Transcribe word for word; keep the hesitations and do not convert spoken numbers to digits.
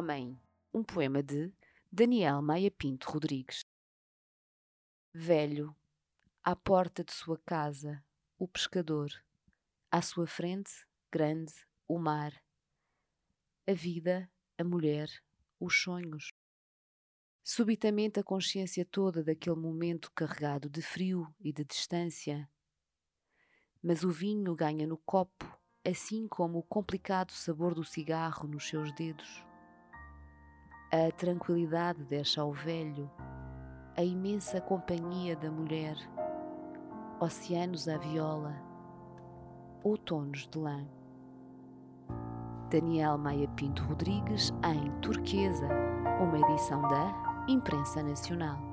Homem, um poema de Daniel Maia Pinto Rodrigues. Velho, à porta de sua casa, o pescador, à sua frente, grande, o mar, a vida, a mulher, os sonhos. Subitamente a consciência toda daquele momento carregado de frio e de distância. Mas o vinho ganha no copo, assim como o complicado sabor do cigarro nos seus dedos. A tranquilidade deixa ao velho, a imensa companhia da mulher, oceanos à viola, outonos de lã. Daniel Maia Pinto Rodrigues em Turquesa, uma edição da Imprensa Nacional.